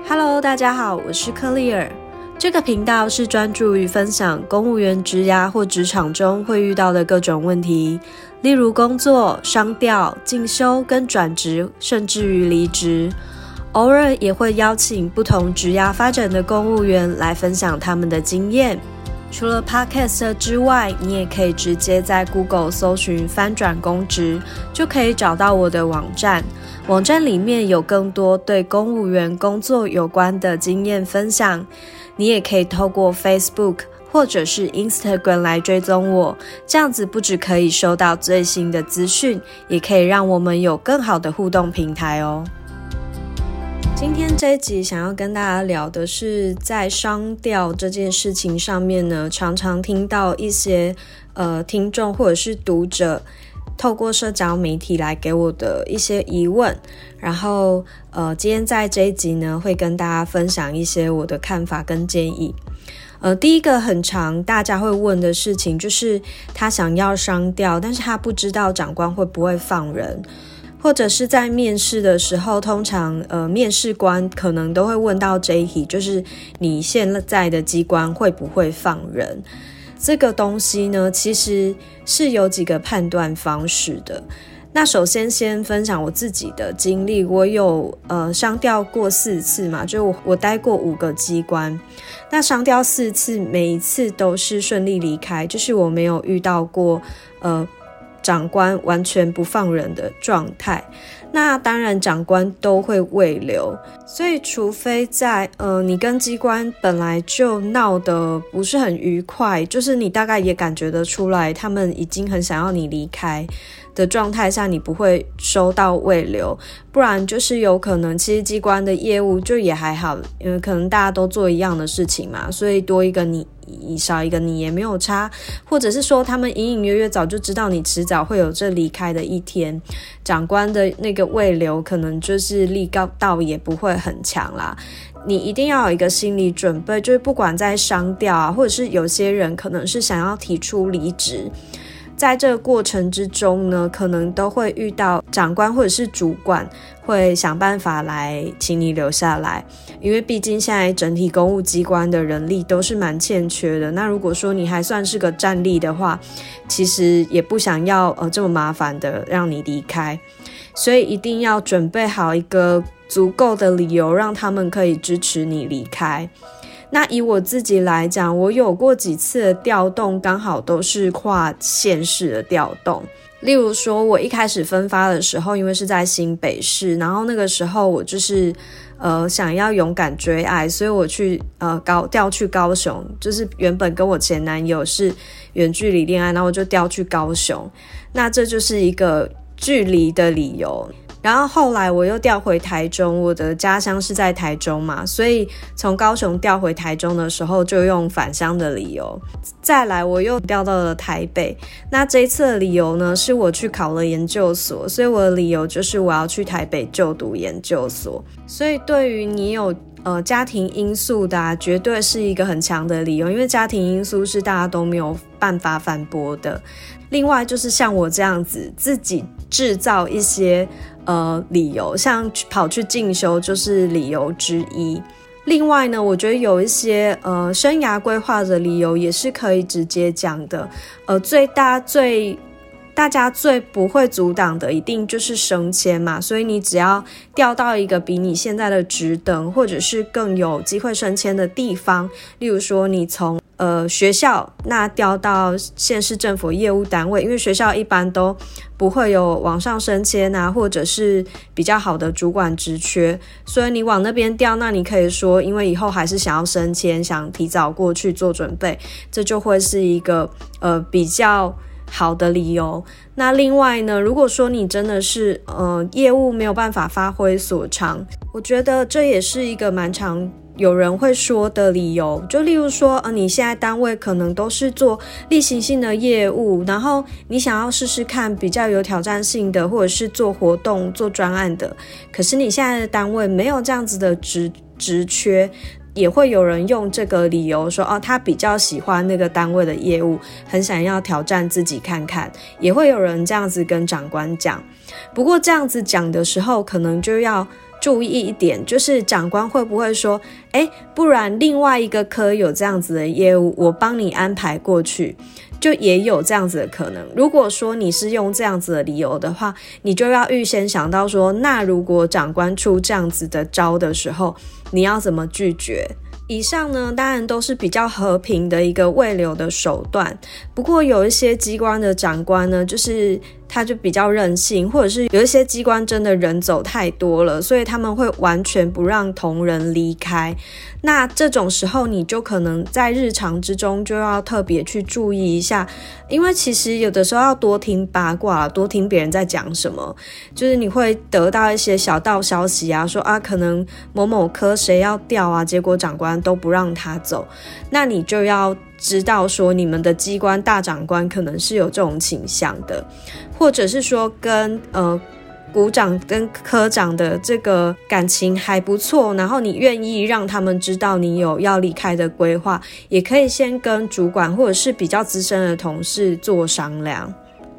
Hello， 大家好，我是克丽尔。这个频道是专注于分享公务员职涯或职场中会遇到的各种问题，例如工作、商调、进修跟转职，甚至于离职。偶尔也会邀请不同职涯发展的公务员来分享他们的经验。除了 Podcast 之外，你也可以直接在 Google 搜寻翻转公职，就可以找到我的网站。网站里面有更多对公务员工作有关的经验分享。你也可以透过 Facebook 或者是 Instagram 来追踪我，这样子不只可以收到最新的资讯，也可以让我们有更好的互动平台哦。今天这一集想要跟大家聊的是，在商调这件事情上面呢，常常听到一些听众或者是读者透过社交媒体来给我的一些疑问，然后今天在这一集呢，会跟大家分享一些我的看法跟建议。第一个很常大家会问的事情就是他想要商调，但是他不知道长官会不会放人，或者是在面试的时候，通常面试官可能都会问到这一题，就是你现在的机关会不会放人。这个东西呢，其实是有几个判断方式的。那首先先分享我自己的经历，我有商调过4次嘛，就我待过5个机关，那商调4次，每一次都是顺利离开，就是我没有遇到过长官完全不放人的状态。那当然长官都会慰留，所以除非在你跟机关本来就闹得不是很愉快，就是你大概也感觉得出来他们已经很想要你离开的状态下，你不会收到慰留。不然就是有可能其实机关的业务就也还好，因为可能大家都做一样的事情嘛，所以多一个你少一个你也没有差，或者是说他们隐隐约约早就知道你迟早会有这离开的一天，长官的那个慰留可能就是力道也不会很强啦。你一定要有一个心理准备，就是不管在商调啊，或者是有些人可能是想要提出离职，在这个过程之中呢，可能都会遇到长官或者是主管会想办法来请你留下来，因为毕竟现在整体公务机关的人力都是蛮欠缺的。那如果说你还算是个战力的话，其实也不想要这么麻烦的让你离开，所以一定要准备好一个足够的理由，让他们可以支持你离开。那以我自己来讲，我有过几次的调动，刚好都是跨县市的调动。例如说我一开始分发的时候，因为是在新北市，然后那个时候我就是想要勇敢追爱，所以我去调去高雄，就是原本跟我前男友是远距离恋爱，然后我就调去高雄，那这就是一个距离的理由。然后后来我又调回台中，我的家乡是在台中嘛，所以从高雄调回台中的时候就用返乡的理由。再来我又调到了台北，那这一次的理由呢，是我去考了研究所，所以我的理由就是我要去台北就读研究所。所以对于你有家庭因素的绝对是一个很强的理由，因为家庭因素是大家都没有办法反驳的。另外就是像我这样子自己制造一些理由，像跑去进修就是理由之一。另外呢，我觉得有一些生涯规划的理由也是可以直接讲的。大家最不会阻挡的一定就是升迁嘛，所以你只要调到一个比你现在的职等或者是更有机会升迁的地方，例如说你从学校那调到县市政府业务单位，因为学校一般都不会有往上升迁啊，或者是比较好的主管职缺，所以你往那边调，那你可以说因为以后还是想要升迁，想提早过去做准备，这就会是一个比较好的理由。那另外呢，如果说你真的是业务没有办法发挥所长，我觉得这也是一个蛮常有人会说的理由。就例如说你现在单位可能都是做例行性的业务，然后你想要试试看比较有挑战性的，或者是做活动做专案的，可是你现在的单位没有这样子的职缺，也会有人用这个理由说他比较喜欢那个单位的业务，很想要挑战自己看看，也会有人这样子跟长官讲。不过这样子讲的时候，可能就要注意一点，就是长官会不会说不然另外一个科有这样子的业务，我帮你安排过去，就也有这样子的可能。如果说你是用这样子的理由的话，你就要预先想到说，那如果长官出这样子的招的时候，你要怎么拒绝。以上呢，当然都是比较和平的一个慰留的手段。不过有一些机关的长官呢，就是他就比较任性，或者是有一些机关真的人走太多了，所以他们会完全不让同仁离开。那这种时候你就可能在日常之中就要特别去注意一下，因为其实有的时候要多听八卦，多听别人在讲什么，就是你会得到一些小道消息啊，说可能某某科谁要调啊，结果长官都不让他走，那你就要知道说你们的机关大长官可能是有这种倾向的，或者是说跟股长跟科长的这个感情还不错，然后你愿意让他们知道你有要离开的规划，也可以先跟主管或者是比较资深的同事做商量。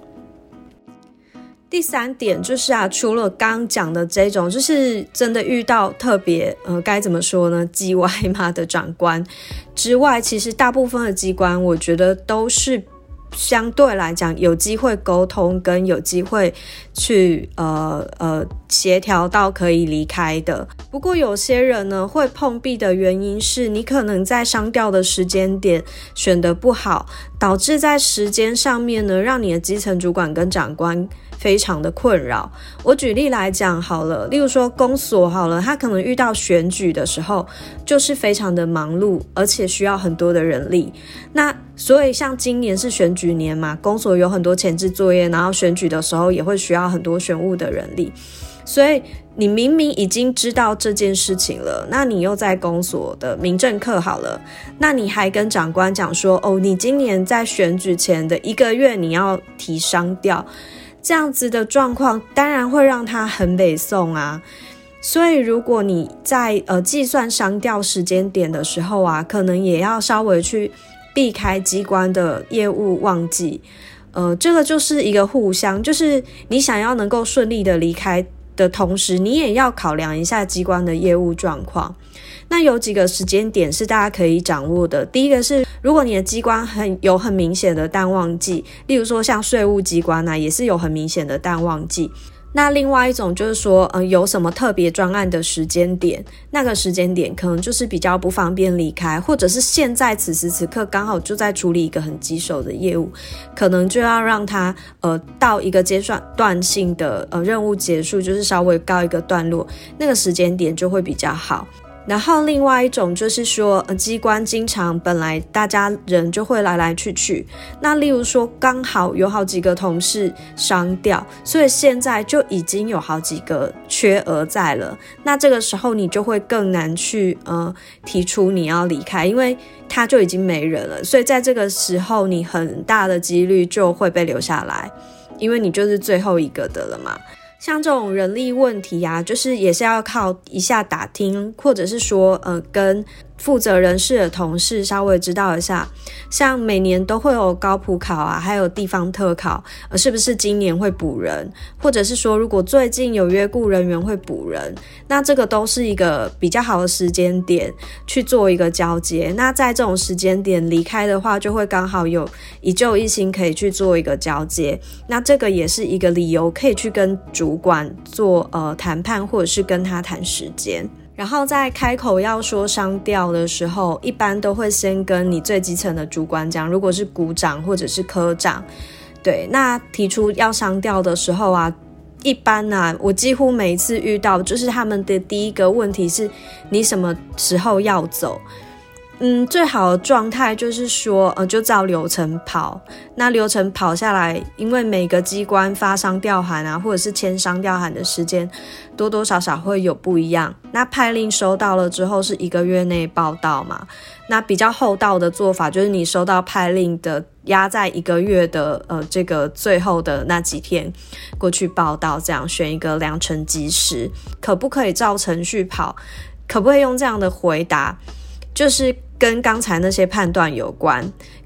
第3点就是除了刚刚讲的这种就是真的遇到特别该怎么说呢叽歪嘛的长官之外，其实大部分的机关我觉得都是相对来讲有机会沟通跟有机会去协调到可以离开的。不过有些人呢会碰壁的原因是你可能在商调的时间点选得不好，导致在时间上面呢让你的基层主管跟长官非常的困扰。我举例来讲好了，例如说公所好了，他可能遇到选举的时候就是非常的忙碌，而且需要很多的人力。那所以像今年是选举年嘛，公所有很多前置作业，然后选举的时候也会需要很多选务的人力，所以你明明已经知道这件事情了，那你又在公所的民政课好了，那你还跟长官讲说你今年在选举前的1个月你要提商调，这样子的状况当然会让他很北宋啊。所以如果你在计算商调时间点的时候可能也要稍微去避开机关的业务旺季。这个就是一个互相，就是你想要能够顺利的离开的同时，你也要考量一下机关的业务状况。那有几个时间点是大家可以掌握的。第一个是，如果你的机关有很明显的淡旺季，例如说像税务机关也是有很明显的淡旺季。那另外一种就是说有什么特别专案的时间点，那个时间点可能就是比较不方便离开，或者是现在此时此刻刚好就在处理一个很棘手的业务，可能就要让他到一个阶段性的任务结束，就是稍微告一个段落，那个时间点就会比较好。然后另外一种就是说机关经常本来大家人就会来来去去，那例如说刚好有好几个同事商调，所以现在就已经有好几个缺额在了，那这个时候你就会更难去提出你要离开，因为他就已经没人了，所以在这个时候你很大的几率就会被留下来，因为你就是最后一个的了嘛。像这种人力问题就是也是要靠一下打听，或者是说跟负责人事的同事稍微知道一下，像每年都会有高普考还有地方特考，是不是今年会补人，或者是说如果最近有约雇人员会补人，那这个都是一个比较好的时间点去做一个交接。那在这种时间点离开的话，就会刚好有一旧一新可以去做一个交接，那这个也是一个理由可以去跟主管做谈判，或者是跟他谈时间。然后在开口要说商调的时候，一般都会先跟你最基层的主管讲，如果是股长或者是科长，对，那提出要商调的时候一般我几乎每一次遇到就是他们的第一个问题是你什么时候要走。最好的状态就是说就照流程跑，那流程跑下来，因为每个机关发商调函或者是签商调函的时间多多少少会有不一样，那派令收到了之后是1个月内报到嘛，那比较厚道的做法就是你收到派令的压在1个月的这个最后的那几天过去报到，这样选一个良辰吉时。可不可以照程序跑，可不可以用这样的回答，就是跟刚才那些判断有关，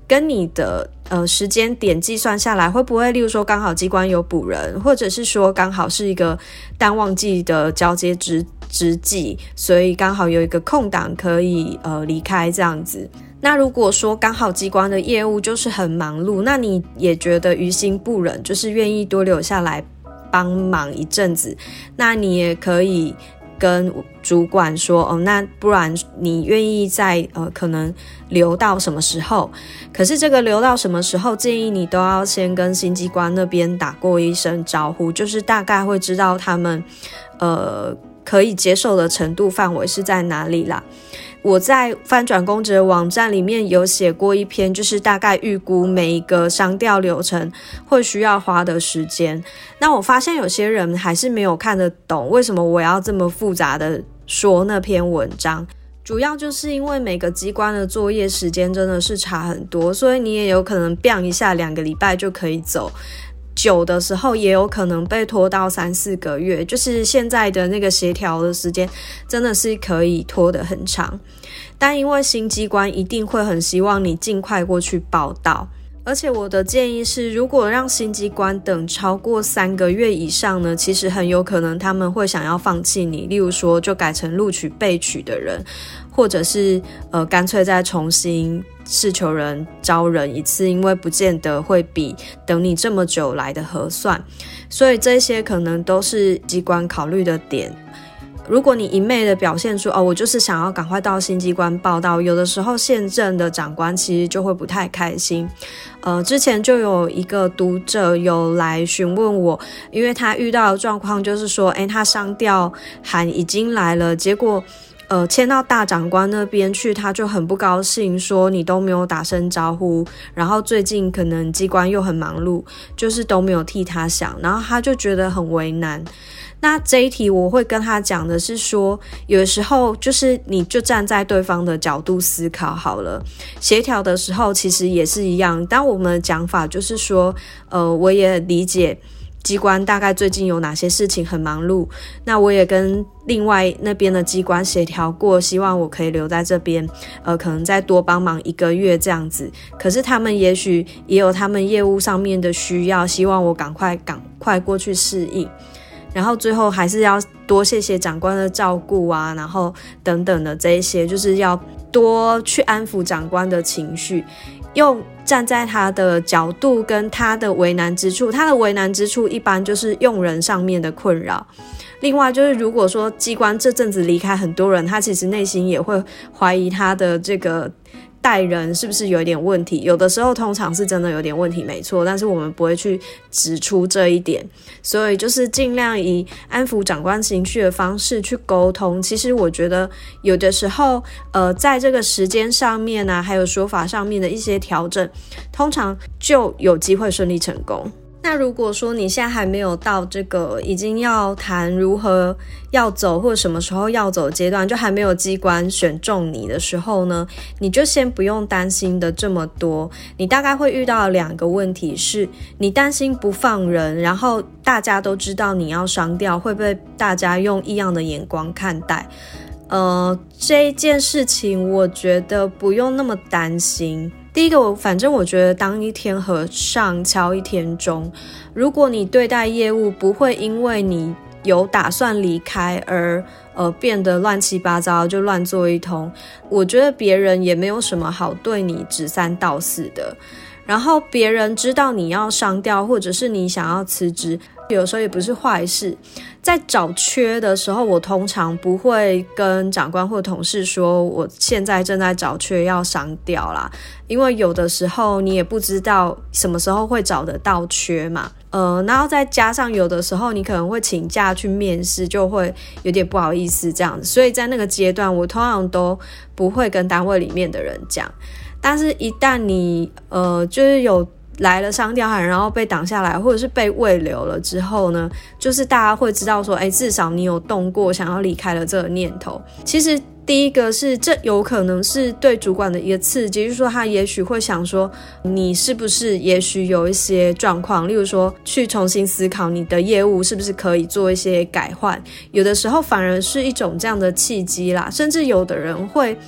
跟你的时间点计算下来，会不会例如说刚好机关有补人，或者是说刚好是一个淡旺季的交接之际，所以刚好有一个空档可以离开这样子。那如果说刚好机关的业务就是很忙碌，那你也觉得于心不忍，就是愿意多留下来帮忙一阵子，那你也可以跟主管说那不然你愿意在可能留到什么时候，可是这个留到什么时候建议你都要先跟新机关那边打过一声招呼，就是大概会知道他们可以接受的程度范围是在哪里啦。我在翻转公职的网站里面有写过一篇，就是大概预估每一个商调流程会需要花的时间。那我发现有些人还是没有看得懂为什么我要这么复杂的说那篇文章，主要就是因为每个机关的作业时间真的是差很多，所以你也有可能 biang 一下2个礼拜就可以走，久的时候也有可能被拖到3-4个月，就是现在的那个协调的时间真的是可以拖得很长。但因为新机关一定会很希望你尽快过去报到，而且我的建议是，如果让新机关等超过3个月以上呢，其实很有可能他们会想要放弃你，例如说就改成录取备取的人，或者是干脆再重新试求人招人一次，因为不见得会比等你这么久来的合算，所以这些可能都是机关考虑的点。如果你一昧的表现出我就是想要赶快到新机关报到，有的时候现任的长官其实就会不太开心。之前就有一个读者有来询问我，因为他遇到的状况就是说他商调函已经来了，结果签到大长官那边去，他就很不高兴，说你都没有打声招呼，然后最近可能机关又很忙碌，就是都没有替他想，然后他就觉得很为难。那这一题我会跟他讲的是说，有的时候就是你就站在对方的角度思考好了，协调的时候其实也是一样，但我们的讲法就是说我也理解机关大概最近有哪些事情很忙碌，那我也跟另外那边的机关协调过，希望我可以留在这边可能再多帮忙1个月这样子，可是他们也许也有他们业务上面的需要，希望我赶快过去适应，然后最后还是要多谢谢长官的照顾啊，然后等等的这一些，就是要多去安抚长官的情绪，用站在他的角度跟他的为难之处，他的为难之处一般就是用人上面的困扰。另外就是如果说机关这阵子离开很多人，他其实内心也会怀疑他的这个带人是不是有一点问题，有的时候通常是真的有点问题没错，但是我们不会去指出这一点，所以就是尽量以安抚长官情绪的方式去沟通。其实我觉得有的时候在这个时间上面啊，还有说法上面的一些调整，通常就有机会顺利成功。那如果说你现在还没有到这个已经要谈如何要走或者什么时候要走的阶段，就还没有机关选中你的时候呢，你就先不用担心的这么多。你大概会遇到2个问题，是你担心不放人，然后大家都知道你要商调，会被大家用异样的眼光看待。这一件事情我觉得不用那么担心。第一个，反正我觉得当一天和尚敲一天钟，如果你对待业务不会因为你有打算离开而变得乱七八糟，就乱做一通，我觉得别人也没有什么好对你指3道4的。然后别人知道你要商调，或者是你想要辞职，有时候也不是坏事。在找缺的时候，我通常不会跟长官或同事说我现在正在找缺要商调啦，因为有的时候你也不知道什么时候会找得到缺嘛。然后再加上有的时候你可能会请假去面试，就会有点不好意思这样子，所以在那个阶段我通常都不会跟单位里面的人讲。但是一旦你就是有来了商调函，然后被挡下来，或者是被慰留了之后呢，就是大家会知道说至少你有动过想要离开了这个念头。其实第一个是这有可能是对主管的一个刺激，就是说他也许会想说你是不是也许有一些状况，例如说去重新思考你的业务是不是可以做一些改换，有的时候反而是一种这样的契机啦。甚至有的人会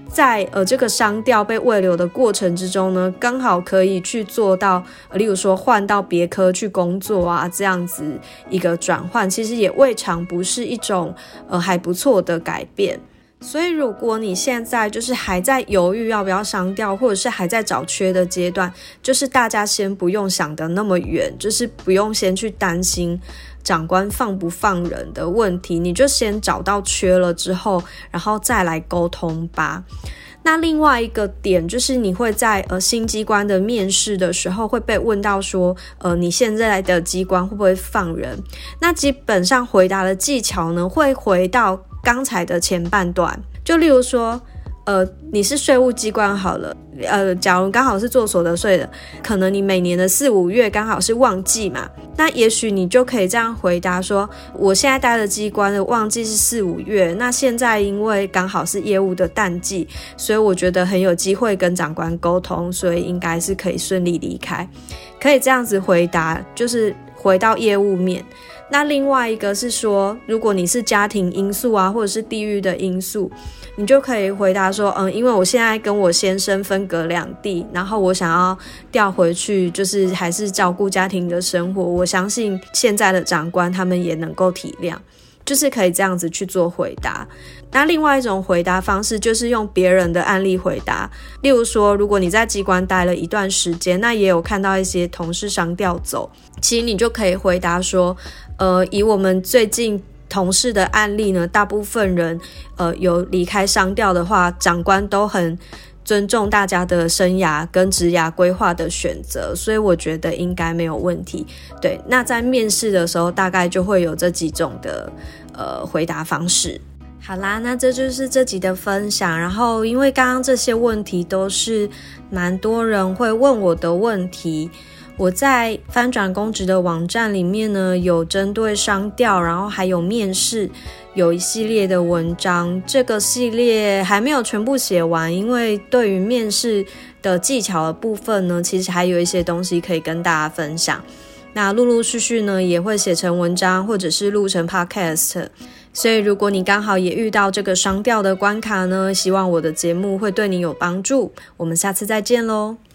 在这个商调被慰留的过程之中呢，刚好可以去做到例如说换到别科去工作啊，这样子一个转换，其实也未尝不是一种还不错的改变。所以如果你现在就是还在犹豫要不要商调，或者是还在找缺的阶段，就是大家先不用想得那么远，就是不用先去担心长官放不放人的问题，你就先找到缺了之后，然后再来沟通吧。那另外一个点就是你会在新机关的面试的时候会被问到说你现在的机关会不会放人，那基本上回答的技巧呢会回到刚才的前半段，就例如说你是税务机关好了，假如刚好是做所得税的，可能你每年的4、5月刚好是旺季嘛，那也许你就可以这样回答说，我现在待的机关的旺季是4、5月，那现在因为刚好是业务的淡季，所以我觉得很有机会跟长官沟通，所以应该是可以顺利离开，可以这样子回答，就是回到业务面。那另外一个是说，如果你是家庭因素啊，或者是地域的因素，你就可以回答说因为我现在跟我先生分隔两地，然后我想要调回去，就是还是照顾家庭的生活，我相信现在的长官他们也能够体谅，就是可以这样子去做回答。那另外一种回答方式就是用别人的案例回答，例如说如果你在机关待了一段时间，那也有看到一些同事商调走，其实你就可以回答说以我们最近同事的案例呢，大部分人有离开商调的话，长官都很尊重大家的生涯跟职涯规划的选择，所以我觉得应该没有问题。对，那在面试的时候大概就会有这几种的回答方式。好啦，那这就是这集的分享。然后因为刚刚这些问题都是蛮多人会问我的问题，我在翻转公职的网站里面呢，有针对商调，然后还有面试，有一系列的文章。这个系列还没有全部写完，因为对于面试的技巧的部分呢，其实还有一些东西可以跟大家分享。那陆陆续续呢，也会写成文章，或者是录成 podcast。所以如果你刚好也遇到这个商调的关卡呢，希望我的节目会对你有帮助。我们下次再见咯。